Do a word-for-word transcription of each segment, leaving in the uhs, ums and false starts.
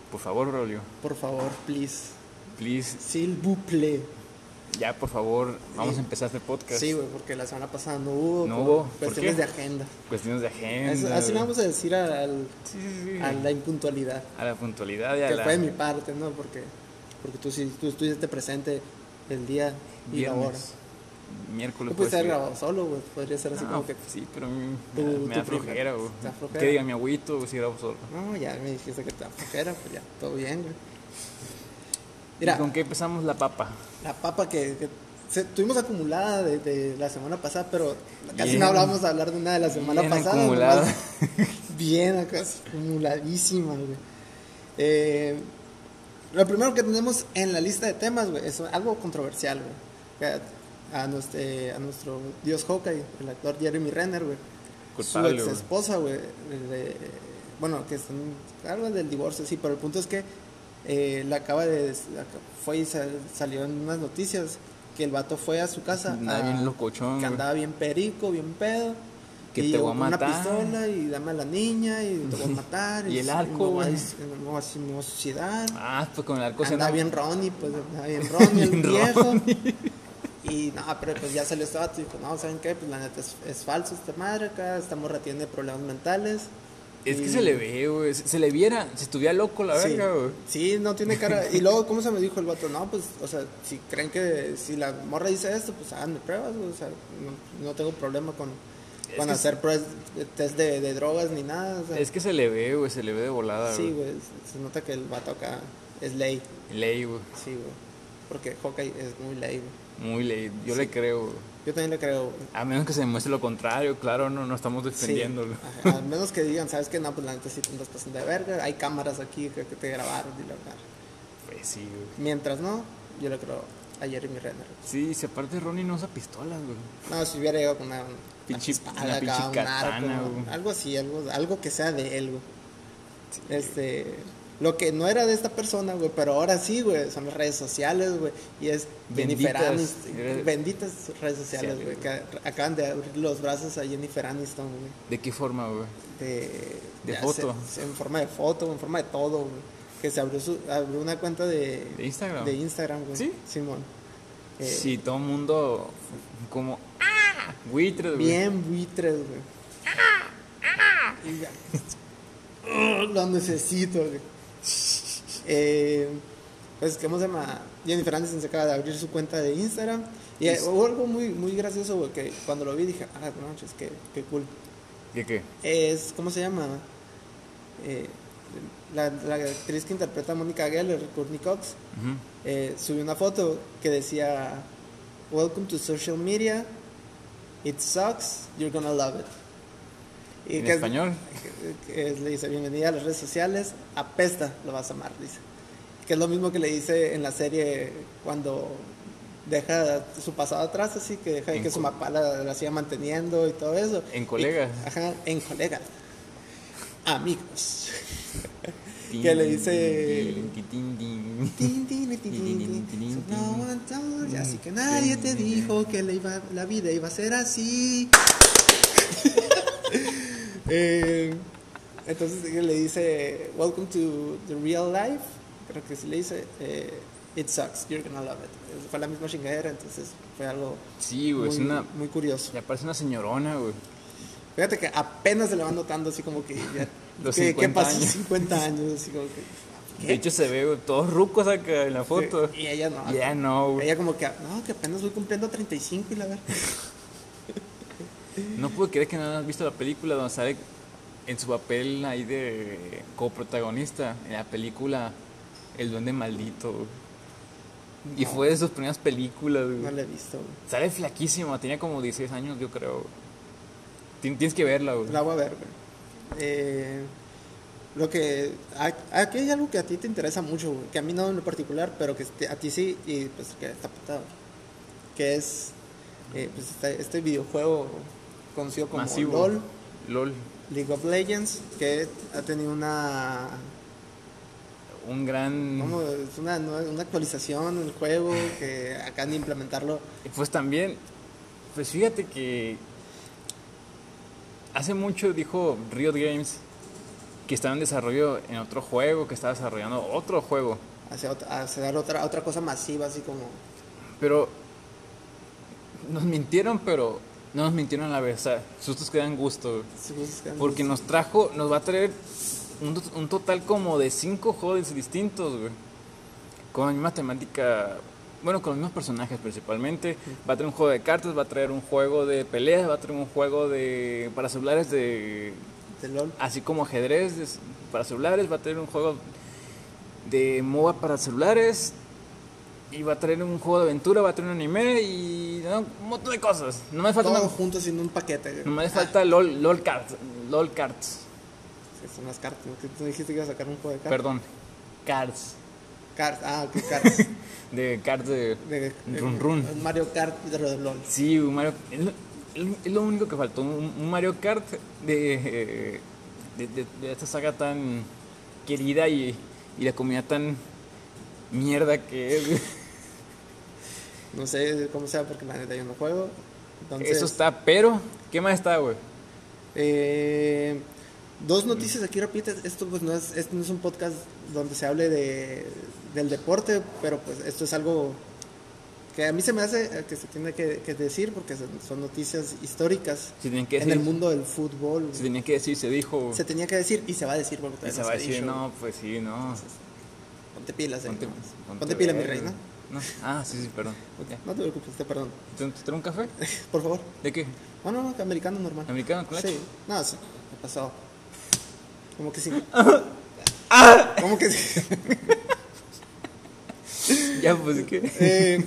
Por favor, Braulio. Por favor, please. Please. S'il vous plaît. Ya, por favor, vamos Sí. a empezar este podcast. Sí, güey, porque la semana pasada no hubo. No por hubo. ¿Por Cuestiones qué? de agenda. Cuestiones de agenda. Eso- así le güey. vamos a decir al, Sí, sí, sí. a la impuntualidad. A la puntualidad y a Que la... fue de mi parte, ¿no? Porque, porque tú sí tú estuviste presente el día y la hora. Viernes, miércoles. Tú pudiste haber ser. grabado solo, güey. Podría ser así No, como que. sí, pero a mí Tú- me, tú me da primero. flojera, güey. ¿Te da flojera? Que diga mi agüito, si grabo solo. No, ya me dijiste que te da flojera, pues ya, todo bien, güey. ¿Y Mira, con qué empezamos la papa? la papa que, que se- tuvimos acumulada de, de la semana pasada, pero casi Bien. no hablamos de hablar de una de la semana Bien pasada. acumulada. nomás. Bien acá, acumuladísima, güey. Eh, lo primero que tenemos en la lista de temas, güey, es algo controversial, güey. Que A, a nuestro, a nuestro dios Hawkeye, el actor Jeremy Renner, güey. Su Culpable, ex güey. esposa, güey. de- Bueno, que están algo del divorcio, sí, pero el punto es que eh, le acaba de. Fue y sal- salió en unas noticias que el vato fue a su casa. Andaba a- bien locochón, Que güey. andaba bien perico, bien pedo. Que y te llegó voy a con una matar. pistola y dame a la niña y te voy a matar. Y el s- arco, no güey. vas- No vas me vas a suicidar. Ah, pues con el arco se Andaba anda- bien Ronnie, pues andaba bien Ronnie, el Bien viejo. Ronnie. Y no, pero pues ya salió este vato y dijo, no, ¿saben qué? Pues la neta es, es falso esta madre acá, esta morra tiene problemas mentales. Es Y- que se le ve, güey. Se se le viera, si estuviera loco la Sí, verga, güey. sí, no tiene cara. Y luego, ¿cómo se me dijo el vato? No, pues, o sea, si creen que si la morra dice esto, pues háganme pruebas, güey. O sea, no, no tengo problema con, Es con que hacer pruebas, test de, de drogas ni nada. O sea, Es que se le ve, güey, se le ve de volada, sí, güey. güey, se se nota que el vato acá es ley. Ley, güey. Sí, güey. Porque Hawkeye es muy ley, güey. Muy ley. Yo Sí. le creo, güey. Yo también le creo, güey. A menos que se demuestre lo contrario, claro, no, no estamos Sí. defendiéndolo. Ajá, a menos que digan, ¿sabes qué? No, pues la neta sí te andas pasando de verga. Hay cámaras aquí que, que te grabaron y la verdad. Pues sí, güey. Mientras no, yo le creo a Jeremy Renner. Sí, si aparte Ronnie no usa pistolas, güey. No, si hubiera llegado con una, una Pinche- espada una acá, pinche un katana, arco, güey. algo así, algo, algo que sea de él, güey. Este, lo que no era de esta persona, güey, pero ahora sí, güey, son las redes sociales, güey, y es Jennifer Benditas Aniston, redes- benditas redes sociales, Sí, güey, güey. que acaban de abrir los brazos a Jennifer Aniston, güey, ¿De qué forma, güey? de, De ya foto. se- en forma de foto, en forma de todo, güey, que se abrió, su, abrió una cuenta de, ¿De Instagram? de Instagram, güey, ¿Sí? Simón. Eh, Sí, todo el mundo como... ¡Ah! Buitres, güey. Bien buitres, güey. Y ya. Oh, lo necesito, güey. Eh, pues, ¿cómo se llama? Jennifer Aniston se acaba de abrir su cuenta de Instagram. Y eh, hubo algo muy, muy gracioso, güey, que cuando lo vi dije, ah, no manches, qué, qué cool. ¿Qué qué? Es, ¿cómo se llama? Eh, la, la actriz que interpreta a Mónica Geller, Courtney Cox, Ujú. eh, subió una foto que decía, Welcome to social media, it sucks, you're gonna love it. Y ¿En que es- español? que- que es- le dice, bienvenida a las redes sociales, apesta, lo vas a amar, dice. Que es lo mismo que le dice en la serie cuando deja su pasado atrás, así que deja de En que su co- papá la, la siga manteniendo y todo eso. En colegas. Y- ajá, en colegas. Amigos. Que le dice- Tin, tin, tin. Tin, tin, tin, tin, tin. So no one told you, así que nadie te dijo que la, iba- la vida iba a ser así. Eh, entonces le dice, welcome to the real life. Creo que si le dice, eh, it sucks, you're gonna love it. Fue la misma chingadera, entonces fue algo Sí, güey, muy, es una... muy curioso. Ya parece una señorona, güey. Fíjate que apenas se le va notando así como que ya, Los ¿qué, ¿qué cincuenta pasó? años. cincuenta años, así como que... De hecho se ve, güey, todos rucos acá en la foto. Y ella no. Ya no, güey. Ella como que, no, que apenas voy cumpliendo treinta y cinco y la verdad. No puedo creer que no has visto la película donde sale en su papel ahí de coprotagonista en la película El Duende Maldito, güey. Y No. fue de sus primeras películas, güey. No la he visto, güey. Sale flaquísima, tenía como dieciséis años, yo creo, güey. Tien- Tienes que verla, güey. La voy a ver, güey. Eh, lo que... a- Aquí hay algo que a ti te interesa mucho, güey, que a mí no en lo particular, pero que este- a ti sí, y pues que está putado. Que es eh, pues este, este videojuego conocido como Masivo. LOL, LOL. League of Legends, que ha tenido una... Un gran... ¿cómo? Es una, una actualización en el juego que acaban de implementarlo. Pues también, pues fíjate que hace mucho dijo Riot Games que estaba en desarrollo en otro juego, que estaba desarrollando otro juego. Hacia, otra, hacia otra, otra cosa masiva, así como... Pero nos mintieron, pero no nos mintieron a la vez. O sea, sustos que dan gusto. Sí, pues, que- Porque nos trajo, nos va a traer un, un total como de cinco juegos distintos, güey. Con la misma temática, bueno, con los mismos personajes principalmente. Va a traer un juego de cartas, va a traer un juego de peleas, va a traer un juego de para celulares de... de LOL. Así como ajedrez de- para celulares, va a traer un juego de MOBA para celulares. Y va a traer un juego de aventura, va a traer un anime y ¿no? Un montón de cosas. No me falta Todo una- junto sin un paquete. güey. no me Ah, falta LOL, LOL Cards. LOL Cards. sí, son las cartas. ¿No? Que tú dijiste que ibas a sacar un juego de cartas. Perdón. Cards. Cards. Ah, ok, cards. De cards de. De, Run Run. un Mario Kart de lo de LOL. Sí, un Mario. Es lo, es lo único que faltó. Un, un Mario Kart de, eh, de, de, de esta saga tan querida y, y la comunidad tan mierda que es. No sé cómo sea porque la neta yo no juego. Entonces, Eso está, pero. ¿Qué más está, güey? Eh, dos noticias aquí rápidas. Esto pues no es, esto no es un podcast donde se hable de, del deporte, pero pues esto es algo que a mí se me hace que se tiene que, que decir porque son, son noticias históricas Se tenían que en decir. el mundo del fútbol. Se tenía que decir, se dijo. Se tenía que decir y se va a decir porque Y todavía se no va a ha decir, dicho. no, pues sí, no. Ponte pilas, eh, Ponte, nomás. ponte Ponte pilas, mi verga. reina. No. Ah, sí, sí, perdón. Ya. No te preocupes, te perdono. ¿Te te trae un café? Por favor. ¿De qué? No, no, no, americano normal. ¿Americano con leche? Sí, no, sí, me pasó. ¿Cómo que sí? ¿Cómo que sí? Ya, pues, ¿qué? Eh,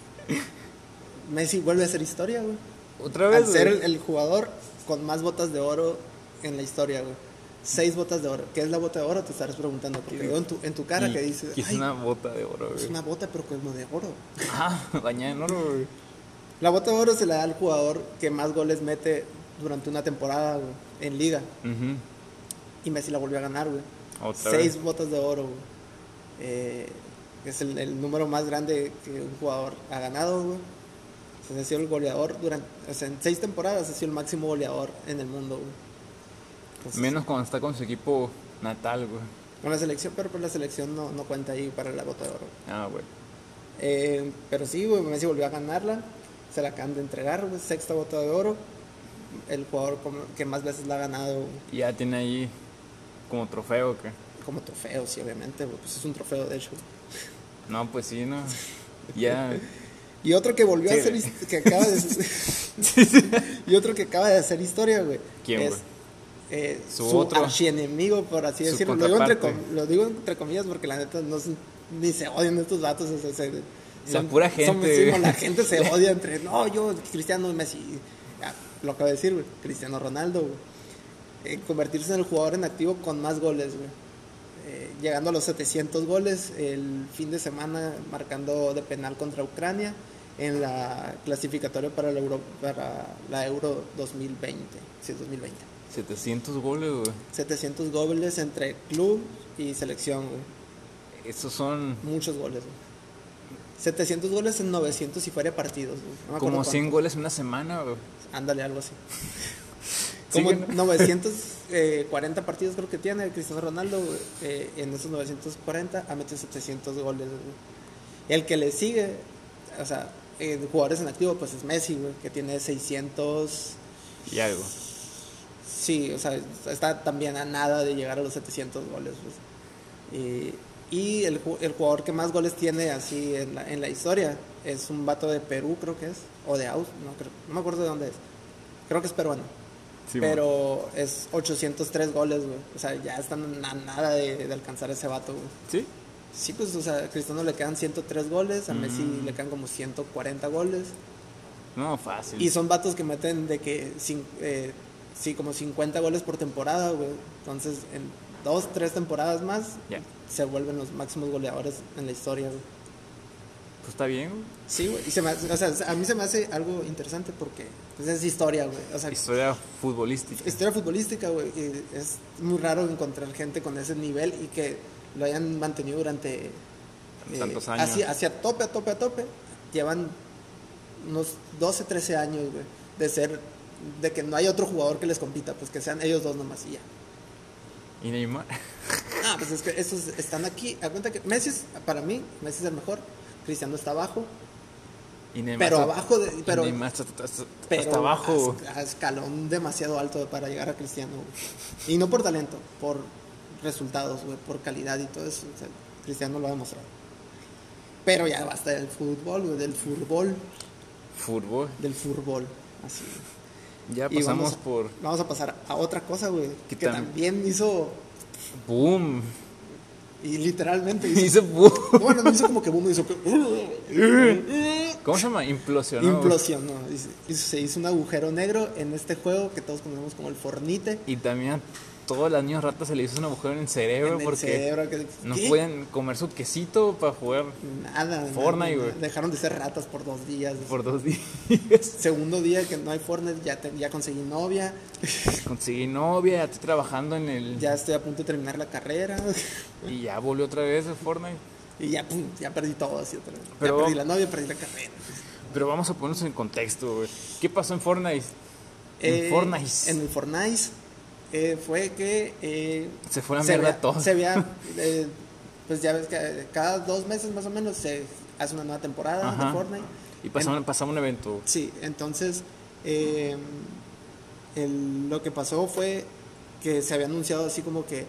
Messi vuelve a hacer historia, güey. Otra vez, Al ser güey. el, el jugador con más botas de oro en la historia, güey. Seis botas de oro. ¿Qué es la bota de oro? Te estarás preguntando. Porque ¿Qué? veo en tu, en tu cara Y- que dices, que es "Ay, una bota de oro, güey. es una bota, pero como de oro". Ah, bañada en oro, güey. La bota de oro se le da al jugador que más goles mete durante una temporada, güey, en liga. Ujú. Y Messi la volvió a ganar, güey. Otra Seis vez. botas de oro, güey. Eh, es el, el número más grande que un jugador ha ganado, güey. O sea, ha sido el goleador durante, o sea, en seis temporadas ha sido el máximo goleador en el mundo, güey. Entonces, Menos cuando está con su equipo natal, güey. con la selección, pero pues la selección no, no cuenta ahí para la bota de oro. Ah, güey. Eh, pero sí, güey, Messi volvió a ganarla. Se la acaban de entregar, güey. Sexta bota de oro. El jugador como- que más veces la ha ganado, güey, Y ya tiene ahí como trofeo, ¿qué? como trofeo, sí, obviamente, güey. Pues es un trofeo, de hecho. No, pues sí, ¿no? Ya. Y otro que volvió Sí, a hacer güey. his- que acaba de y otro que acaba de hacer historia, güey. ¿Quién, es güey? eh, Su su, otro- archienemigo, por así su decirlo. Lo digo, entre, contraparte. com- lo digo entre comillas porque la neta no se- ni se odian estos vatos. O sea, se- La pura gente. sí, no, la gente se odia entre, no, yo, Cristiano y Messi. Ya, lo acabo de decir, güey. Cristiano Ronaldo, güey. Eh, convertirse en el jugador en activo con más goles, güey. Eh, llegando a los setecientos goles el fin de semana, marcando de penal contra Ucrania en la clasificatoria para la Euro, para la Euro dos mil veinte. Sí, dos mil veinte. setecientos goles, güey. setecientos goles entre club y selección, güey. Esos son Muchos goles, güey. setecientos goles en novecientos y fuera partidos, güey. No me acuerdo como cien cuántos. goles en una semana, güey. Ándale, algo así. Sí, Como ¿no? novecientos cuarenta partidos creo que tiene Cristiano Ronaldo, güey. Eh, en esos novecientos cuarenta ha metido setecientos goles, güey. El que le sigue, o sea, en jugadores en activo, pues es Messi, güey, que tiene seiscientos. Y algo. Sí, o sea, está también a nada de llegar a los setecientos goles, pues. Y, y el, ju- el jugador que más goles tiene así en la, en la historia es un vato de Perú, creo que es, o de Aus, no, creo, no me acuerdo de dónde es. Creo que es peruano. Sí, Pero es ochocientos tres goles, güey. O sea, ya están a nada de, de alcanzar ese vato, güey. ¿Sí? Sí, pues, o sea, a Cristiano le quedan ciento tres goles, a Messi Mm. le quedan como ciento cuarenta goles. No, fácil. Y son vatos que meten de que, cin- eh, sí, como cincuenta goles por temporada, güey. Entonces, en dos, tres temporadas más, Ya. se vuelven los máximos goleadores en la historia, güey. Pues está bien, güey. Sí, güey. Y se me hace- o sea, a mí se me hace algo interesante porque pues, es historia, güey. O sea, Historia futbolística. historia futbolística, güey. Y es muy raro encontrar gente con ese nivel y que lo hayan mantenido durante Tantos años. Así, hacia tope, a tope, a tope. Llevan unos doce, trece años, güey, de ser, de que no hay otro jugador que les compita, pues que sean ellos dos nomás y ya. ¿Y Neymar? Ah, pues es que esos están aquí. A cuenta que Messi es, para mí, Messi es el mejor. Cristiano está abajo. Y Neymar Pero está, abajo de. Pero, y Neymar está, está- está- pero hasta abajo. A, a escalón demasiado alto para llegar a Cristiano. Güey. Y no por talento, por resultados, güey, por calidad y todo eso. O sea, Cristiano lo ha demostrado. Pero ya basta del fútbol, güey, del fútbol. Fútbol. Del fútbol. Así. Ya Y pasamos vamos a- por... Vamos a pasar a otra cosa, güey. ¿Qué Que tal? también hizo. ¡Boom! Y literalmente hizo. Hizo boom. Bueno, no hizo como que boom, hizo que. ¿Cómo se llama? Implosionó. Implosionó. Hizo- hizo- Se hizo un agujero negro en este juego que todos conocemos como el Fornite. Y también a todos los niños ratas se le hizo un agujero en el cerebro En el porque cerebro, que- no ¿qué? podían comer su quesito para jugar Nada. Fortnite, nada, güey. Dejaron de ser ratas por dos días. por dos días. Segundo día que no hay Fortnite, ya, te- ya conseguí novia. Conseguí novia, ya estoy trabajando en el... Ya estoy a punto de terminar la carrera. Y ya volvió otra vez el Fortnite. Y ya, pum, ya perdí todo así otra vez. Pero- Ya perdí la novia, perdí la carrera. Pero vamos a ponernos en contexto, güey. ¿Qué pasó en Fortnite? Eh, En Fortnite. En el Fortnite eh, fue que eh, Se fue a la se mierda había- todo. Se había, eh, pues ya ves que cada dos meses más o menos se hace una nueva temporada Ajá. de Fortnite. Y pasamos, pasamos un evento. Sí, entonces eh, el- lo que pasó fue que se había anunciado así como que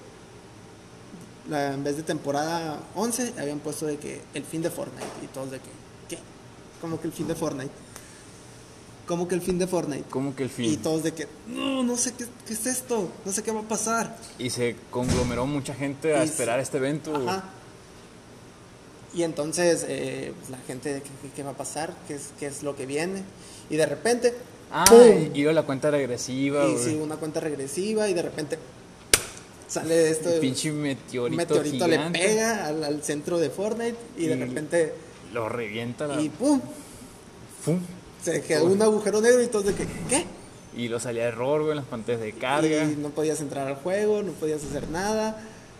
la- en vez de temporada once habían puesto de que el fin de Fortnite y todos de que, ¿qué? Como que el fin de Fortnite. Como que el fin de Fortnite. ¿Cómo que el Y fin? todos de que, no, no sé qué, qué es esto, no sé qué va a pasar. Y se conglomeró mucha gente a Y esperar se- este evento. güey. Ajá. Y entonces eh, pues, la gente de que, que- qué va a pasar, qué es, qué es lo que viene. Y de repente, Ah, ¡pum! y iba la cuenta regresiva, Y güey. sí, una cuenta regresiva y de repente sale esto. Un de- pinche un meteorito, meteorito gigante. le pega al, al centro de Fortnite y de Y- repente, Lo revienta la... y pum, ¡Fum! se quedó un agujero negro y todos de que, ¿qué? Y lo salía error, güey, en las pantallas de carga. Y no podías entrar al juego, no podías hacer nada.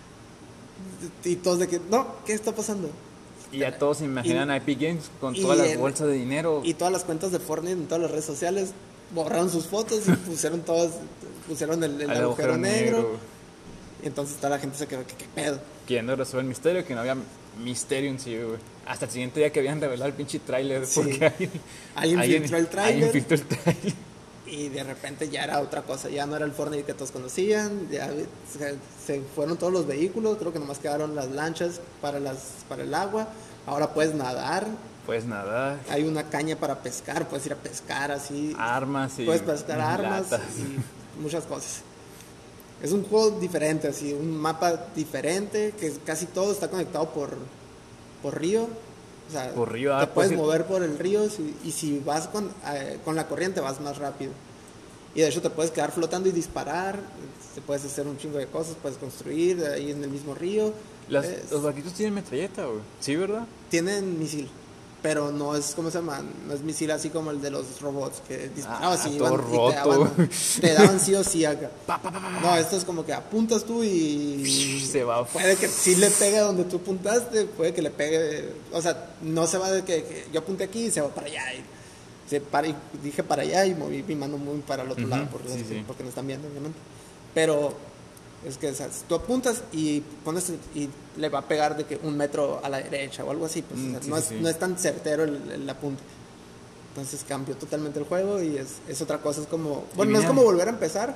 Y todos de que, no, ¿qué está pasando? Y ya todos se imaginan a Epic Games con y todas las el- bolsas de dinero. Y todas las cuentas de Fortnite en todas las redes sociales borraron sus fotos y pusieron todas, pusieron el, el al agujero, negro. negro. Y entonces toda la gente se quedó, ¿qué, qué pedo? Queriendo resolver el misterio, que no había misterio en sí, güey. Hasta el siguiente día que habían revelado el pinche tráiler. Sí. Porque alguien, Alguien filtró el tráiler. Alguien filtró el tráiler. Y de repente ya era otra cosa, ya no era el Fortnite que todos conocían, ya se, se fueron todos los vehículos, creo que nomás quedaron las lanchas para, las, para el agua, ahora puedes nadar, Pues nada, hay una caña para pescar, puedes ir a pescar así, armas y puedes pescar armas latas. y muchas cosas. Es un juego diferente, así, un mapa diferente, que casi todo está conectado por, por río. O sea, Por río, ah, te pues puedes sí. mover por el río si- y si vas con, eh, con la corriente vas más rápido. Y de hecho te puedes quedar flotando y disparar, te puedes hacer un chingo de cosas, puedes construir ahí en el mismo río. Las- Es- los vaquitos tienen metralleta, güey. ¿Sí, verdad? Tienen misil, pero no es, ¿cómo se llama? No es misil así como el de los robots que disparabas Ah, y, todo iban, y te, roto. daban, te daban sí o sí acá. Pa, pa, pa, pa, pa. No, esto es como que apuntas tú y Se va. puede que sí le pegue donde tú apuntaste, puede que le pegue, o sea, no se va de que, que yo apunté aquí y se va para allá. Y se para, y dije para allá y moví mi mano muy para el otro Ujú, lado, porque, sí, sí. porque no están viendo, obviamente. Pero es que o sea, si tú apuntas y pones y le va a pegar de que un metro a la derecha o algo así, pues o Mm, sea, sí, no, sí, es, sí. no es tan certero el, el apunte. Entonces cambió totalmente el juego y es, es otra cosa, es como, bueno, no es viene- como volver a empezar,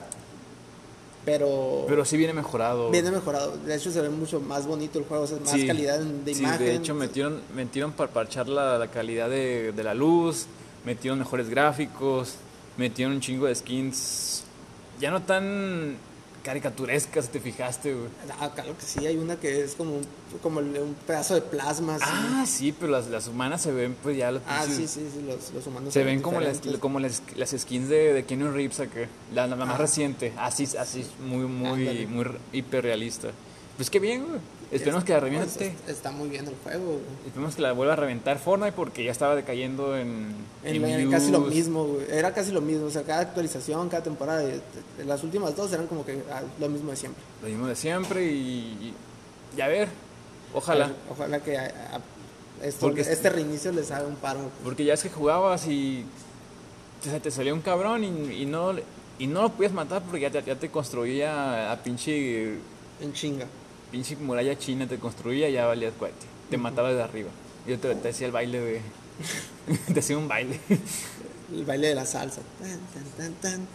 pero, Pero sí viene mejorado. viene mejorado. De hecho se ve mucho más bonito el juego, o sea, más Sí, calidad en- de sí, imagen. de hecho metieron, metieron para parchar la, la calidad de, de la luz, metieron mejores gráficos, metieron un chingo de skins ya no tan caricaturescas, si te fijaste, güey. Ah, claro que sí, hay una que es como un, como el- un pedazo de plasma. así. Ah, sí, pero las, las humanas se ven pues ya las Ah, pinches- sí, sí, sí, los, los humanos Se son ven como las, diferentes. como las, las skins de, de Keanu Reeves acá, la, la más Ah. reciente, así, así muy, muy, Ándale. muy hiperrealista. Pues qué bien, güey. Esperemos que la Pues, reviente. es- está muy bien el juego. güey. Esperemos que la vuelva a reventar Fortnite porque ya estaba decayendo en, En, en en casi lo views. mismo, güey. Era casi lo mismo. O sea, cada actualización, cada temporada, de- de- las últimas dos eran como que ah, lo mismo de siempre. Lo mismo de siempre y, y a ver, ojalá. O- Ojalá que a- a- esto- Porque- este reinicio les haga un paro. pues. Porque ya es que jugabas y te, te salía un cabrón y, y no y no lo podías matar porque ya te, ya te construía a pinche En chinga. Pinche muralla china te construía, ya valías cuate. Te uh-huh. mataba desde arriba. Yo te, te hacía el baile de... te hacía un baile. El baile de la salsa. Tan, tan, tan, tan.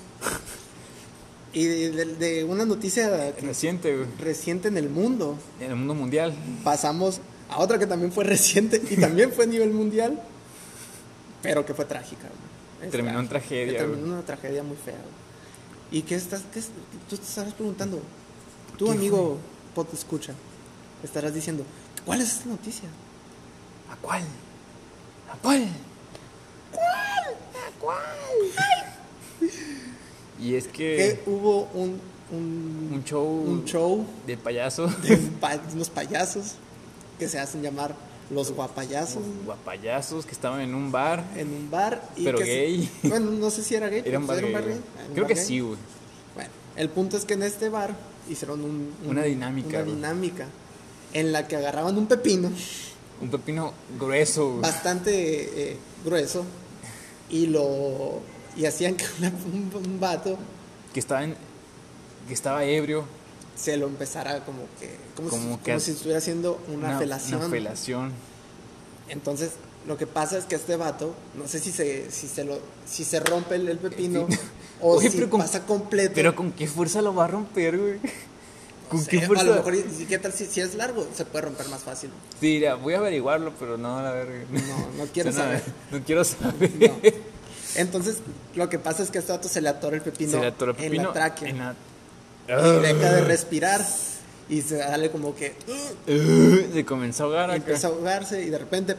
Y de, de, de una noticia reciente, güey. Reciente en el mundo. En el mundo mundial. Pasamos a otra que también fue reciente y también fue a nivel mundial, pero que fue trágica. Güey. Terminó en tragedia. Terminó en una tragedia muy fea. Güey. ¿Y qué estás? Qué, tú te estarás preguntando. Tu amigo Pot escucha. Estarás diciendo, ¿cuál es esta noticia? ¿A cuál? ¿A cuál? ¿Cuál? ¿A cuál? Y es que... que hubo un, un, un show... Un show... De payasos. De pa, unos payasos que se hacen llamar los guapayazos. Los guapayazos que estaban en un bar. En un bar. Y pero que gay. Se, bueno, no sé si era gay. Era un bar, era un gay, bar gay. gay. Creo bar que gay. sí, güey. Bueno, el punto es que en este bar hicieron un, un, una dinámica. Una güey. dinámica en la que agarraban un pepino. Un pepino grueso, güey. Bastante eh, grueso. Y lo... Y hacían que una, un, un vato... Que estaba, en, que estaba ebrio. Se lo empezara como que... Como, como, si, que como si estuviera haciendo una, una felación. Una felación. Entonces, lo que pasa es que este vato... No sé si se, si se, lo, si se rompe el, el pepino... o Oye, si pero con, pasa completo. Pero ¿con qué fuerza lo va a romper, güey? ¿Con no sé, qué fuerza? A lo mejor, ¿qué tal si, si es largo? Se puede romper más fácil. Sí, ya, voy a averiguarlo, pero no, a ver. No, no quiero no, saber. No, no quiero saber. No. Entonces, lo que pasa es que a este vato se le atora el pepino, se le atora el pepino en la tráquea. En la... Y deja de respirar. Y se sale como que... Uh, se comenzó a ahogar acá. Empieza a ahogarse y de repente...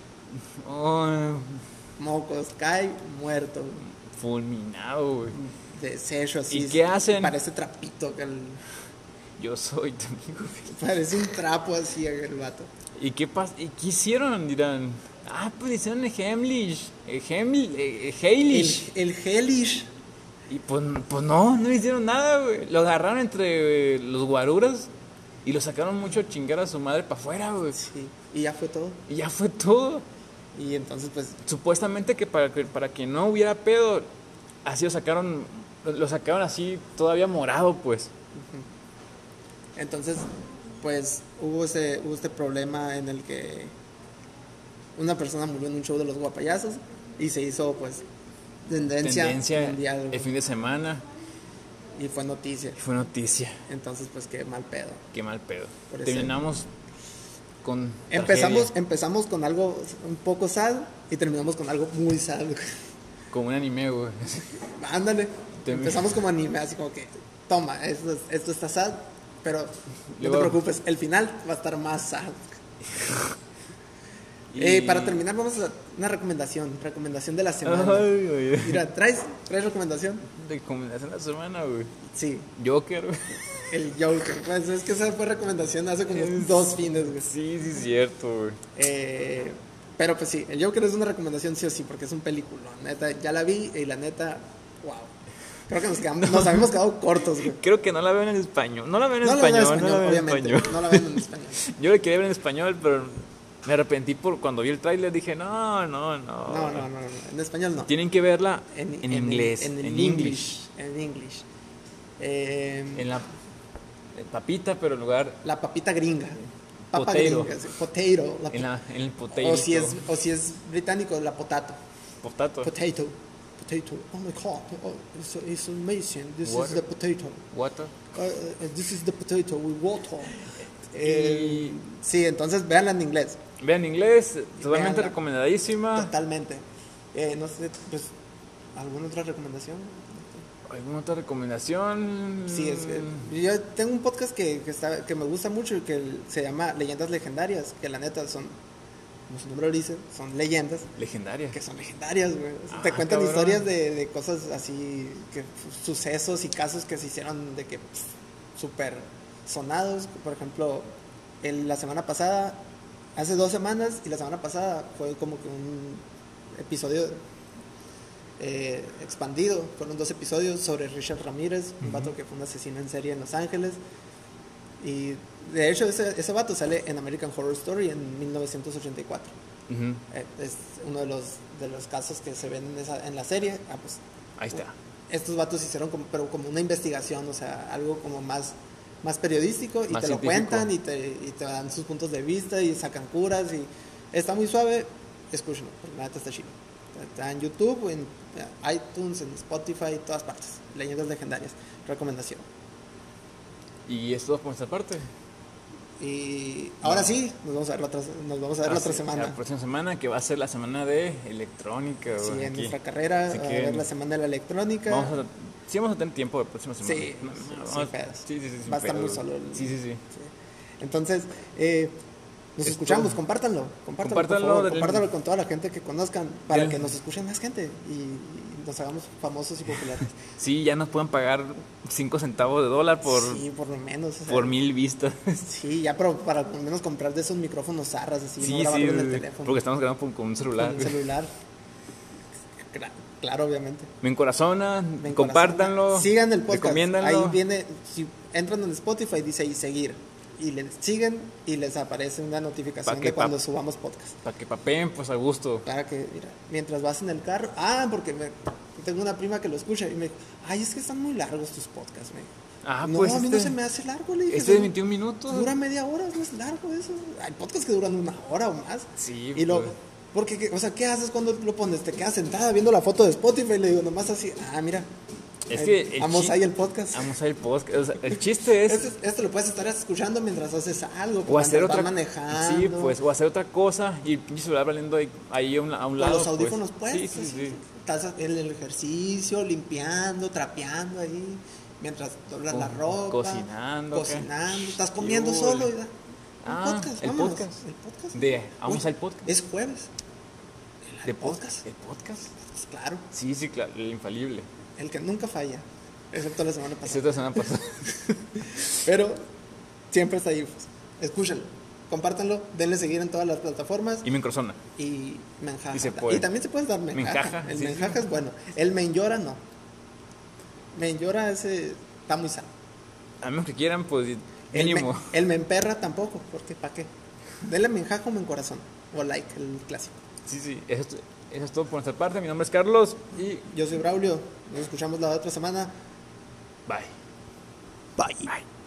Oh, mocos, cae muerto. Fulminado, güey. Deshecho así. ¿Y qué hacen? Parece trapito. Que el... Yo soy tu amigo. Parece un trapo así el vato. ¿Y qué pas ¿Y qué hicieron? Dirán... Ah, pues hicieron el Hemlish. El Hemlish. El Heilish. El, el Heilish. Y pues, pues no, no hicieron nada, güey. Lo agarraron entre eh, los guaruras y lo sacaron mucho a chingar a su madre para afuera, güey. Sí, y ya fue todo. Y ya fue todo. Y entonces, pues... Supuestamente que para que, para que no hubiera pedo, así lo sacaron, lo sacaron así todavía morado, pues. Uh-huh. Entonces, pues hubo, ese, hubo este problema en el que una persona murió en un show de los guapayazos y se hizo, pues... Tendencia, Tendencia mundial, el fin de semana. Y fue noticia. Y fue noticia. Entonces, pues qué mal pedo. Qué mal pedo. Por Terminamos con empezamos, tragedia. empezamos con algo un poco sad y terminamos con algo muy sad. Como un anime, güey. Ándale. Te empezamos como anime, así como que, toma, esto, esto está sad, pero Luego... no te preocupes, el final va a estar más sad. Y... Eh, para terminar, vamos a una recomendación. Recomendación de la semana. Ay, ay. Mira, ¿traes, ¿traes recomendación? Recomendación de la semana, güey. Sí. Joker, güey. El Joker. Pues es que esa fue recomendación hace como es... dos fines, güey. Sí, sí, es cierto, güey. Eh, pero pues sí, el Joker es una recomendación sí o sí, porque es un película. Neta, ya la vi y la neta, wow. Creo que nos, quedamos, nos habíamos quedado cortos, güey. Creo que no la ven en español. No la ven en no español. La ven en español, no la ven obviamente. En español. No la ven en español. Yo la quería ver en español, pero me arrepentí por cuando vi el tráiler. Dije, no, no, no. No, no, no, no. En español no. Tienen que verla en, en, en inglés. En, en, en English. En English. Eh, en la papita, pero en lugar... La papita gringa. Papa potato. Gringa. Sí, potato. La, en, la, en el potato. O si, es, o si es británico, la potato. Potato. Potato. Potato. Oh my God. Oh, it's, it's amazing. This water. is the potato. Water. Uh, uh, this is the potato with water. Eh, sí, entonces véanla en inglés. Vean en inglés, totalmente Véanla. recomendadísima. Totalmente. Eh, no sé, pues, ¿alguna otra recomendación? ¿Alguna otra recomendación? Sí, es que yo tengo un podcast que, que, está, que me gusta mucho y que se llama Leyendas Legendarias, que la neta son, como su nombre lo dice, son leyendas. Legendarias. Que son legendarias, güey. Ah, te cuentan cabrón. historias de, de cosas así, que sucesos y casos que se hicieron de que súper sonados. Por ejemplo, el, la semana pasada, hace dos semanas y la semana pasada fue como que un episodio eh, expandido. Fueron dos episodios sobre Richard Ramírez, uh-huh. un vato que fue un asesino en serie en Los Ángeles. Y de hecho ese, ese vato sale en American Horror Story en mil novecientos ochenta y cuatro. Uh-huh. Eh, es uno de los, de los casos que se ven en, esa, en la serie. Ah, pues, ahí está. Estos vatos hicieron como, pero como una investigación, o sea, algo como más más periodístico y Más te lo científico. cuentan y te, y te dan sus puntos de vista y sacan curas y está muy suave, escúchenlo, porque la neta está chido. Está en YouTube, en iTunes, en Spotify, en todas partes. Leyendas legendarias, recomendación. Y es todo por nuestra parte. Y ahora sí, nos vamos a ver la otra, nos vamos a ver la otra Así, semana. La próxima semana, que va a ser la semana de electrónica. Sí, güey, en aquí. nuestra carrera, Así a que ver la semana de la electrónica. Vamos a, sí, vamos a tener tiempo la próxima semana. Sí, No, no, sí, vamos- sin pedos. sí, sí, sí, sin Va a estar muy pedos. solo el- Sí, sí, sí. Sí. Entonces, eh, nos Esto- escuchamos, compártanlo, compártanlo, Compártanlo, por favor, denle- compártanlo con toda la gente que conozcan, para Ya. que nos escuchen más gente y, y nos hagamos famosos y populares. Sí, ya nos pueden pagar cinco centavos de dólar por, Sí, por lo menos. o sea, por mil vistas. Sí, ya, pero para al menos comprar de esos micrófonos zarras, así, Sí, no sí, grabarlo en el sí, teléfono. porque estamos grabando con, con un celular. Con el celular. Cla- Claro, obviamente. Me encorazona, Me compártanlo, encorazona. Sigan el podcast. recomiéndanlo. Ahí viene, si entran en Spotify, dice ahí seguir. Y les siguen y les aparece una notificación Pa' que de cuando pa- subamos podcast. Para que papeen, pues a gusto. Para que, mira, mientras vas en el carro. Ah, porque me- tengo una prima que lo escucha y me dijo, ay, es que están muy largos tus podcasts, me dijo. Ah, no, pues a mí no este- se me hace largo, le dije. Este de "Son- veintiún minutos. Dura media hora, no es largo eso. Hay podcasts que duran una hora o más. Sí, Y lo, pues. porque, ¿qué- o sea, ¿qué haces cuando lo pones? Te quedas sentada viendo la foto de Spotify y le digo nomás así, ah, mira. Es ahí- que el vamos chi- ahí el podcast. Vamos a ir podcast. O sea, el chiste es. Este, este lo puedes estar escuchando mientras haces algo, O hacer mientras otra vas manejando. Sí, pues, o hacer otra cosa y el pinche celular valiendo ahí, ahí a un, a un Con lado. los audífonos pues. puestos. Sí, sí, sí. Estás en el ejercicio, limpiando, trapeando ahí, mientras doblas Co- la ropa. cocinando, ¿qué? Cocinando, estás comiendo Yule. solo. Y da- un Ah, podcast, el vámonos, podcast. El podcast. De, vamos Uy, al podcast. Es jueves. ¿De podcast? podcast? ¿El podcast? Pues claro, Sí, sí, claro, el infalible. el que nunca falla, excepto la semana Esa pasada. otra semana pasada. Pero siempre está ahí. Pues. Escúchenlo, compártanlo, denle seguir en todas las plataformas. Y me encrozona. Y menjaja. Y se puede. Y también se puede dar menjaja. Menjaja, El sí, menjaja sí. es bueno. El menyora no. Menyora ese está muy sano. A menos que quieran, pues, El, me, mínimo. el menperra tampoco, porque ¿para qué? Denle menjaja o mencorazón. O like, el clásico. Sí, sí, eso, es- eso es todo por nuestra parte. Mi nombre es Carlos y Yo soy Braulio. Nos escuchamos la otra semana. bye. Bye. Bye.